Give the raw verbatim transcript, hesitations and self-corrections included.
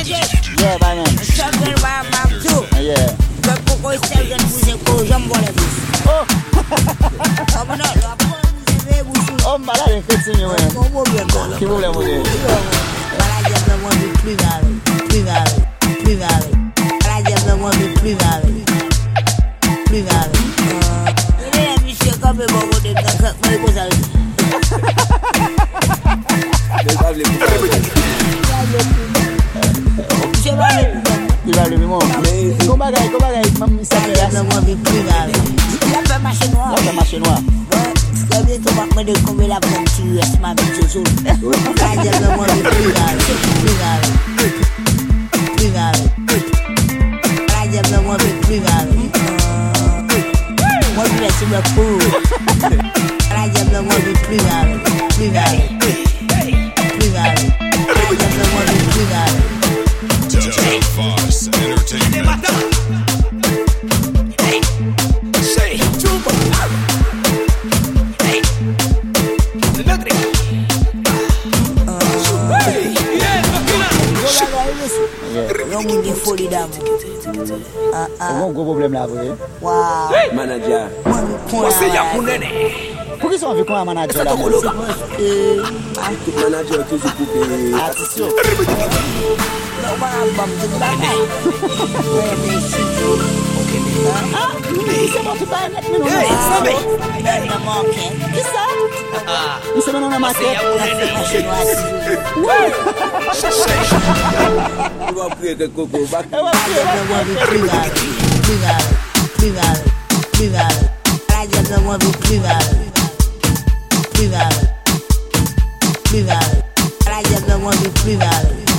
Yeah, my man. Champion by Mark two. Yeah. The Coco is champion who's a co jumbo level. Oh. Come on, look. Oh, malade, effectivement, ouais. Qui vous voulez vous dire? Malade, je veux me plus mal. Plus mal. Plus mal. Malade, je veux me plus mal. Plus mal. Il est un monsieur comme le bon de Dakar, mais il va il va le même. Comment bagaille, comment bagaille, maman ça fait là. Il a fait marché noir. Il a fait marché noir. C'est bien tout va me de combien la bonne tu es ma petite chose. Là je veux moi plus grave, plus grave. Plus grave. Là je veux moi plus grave. Moi je laisse me pour. Là je veux moi plus grave, plus grave. Plus grave. Là je veux moi plus grave. Fox Entertainment. Hey, say, Tuba. Hey, look at it. Hey, yeah, Non, mon Dieu, folie d'amour. Ah, ah. Comment gros problème là, vous voyez? Waouh. Manager. Moi, c'est Yakounene. Pourquoi ils sont avec un manager là? Tout manager qui joue pour payer. Attention. Ah, c'est bon, tu parles maintenant. Hey, Samé. Qui ça? Il se met dans la maquette. Tu vas prier que Coco va. Plus grave, plus grave, plus grave, plus grave. Là, je veux moi plus grave, plus grave, plus grave. Là, je veux moi plus grave.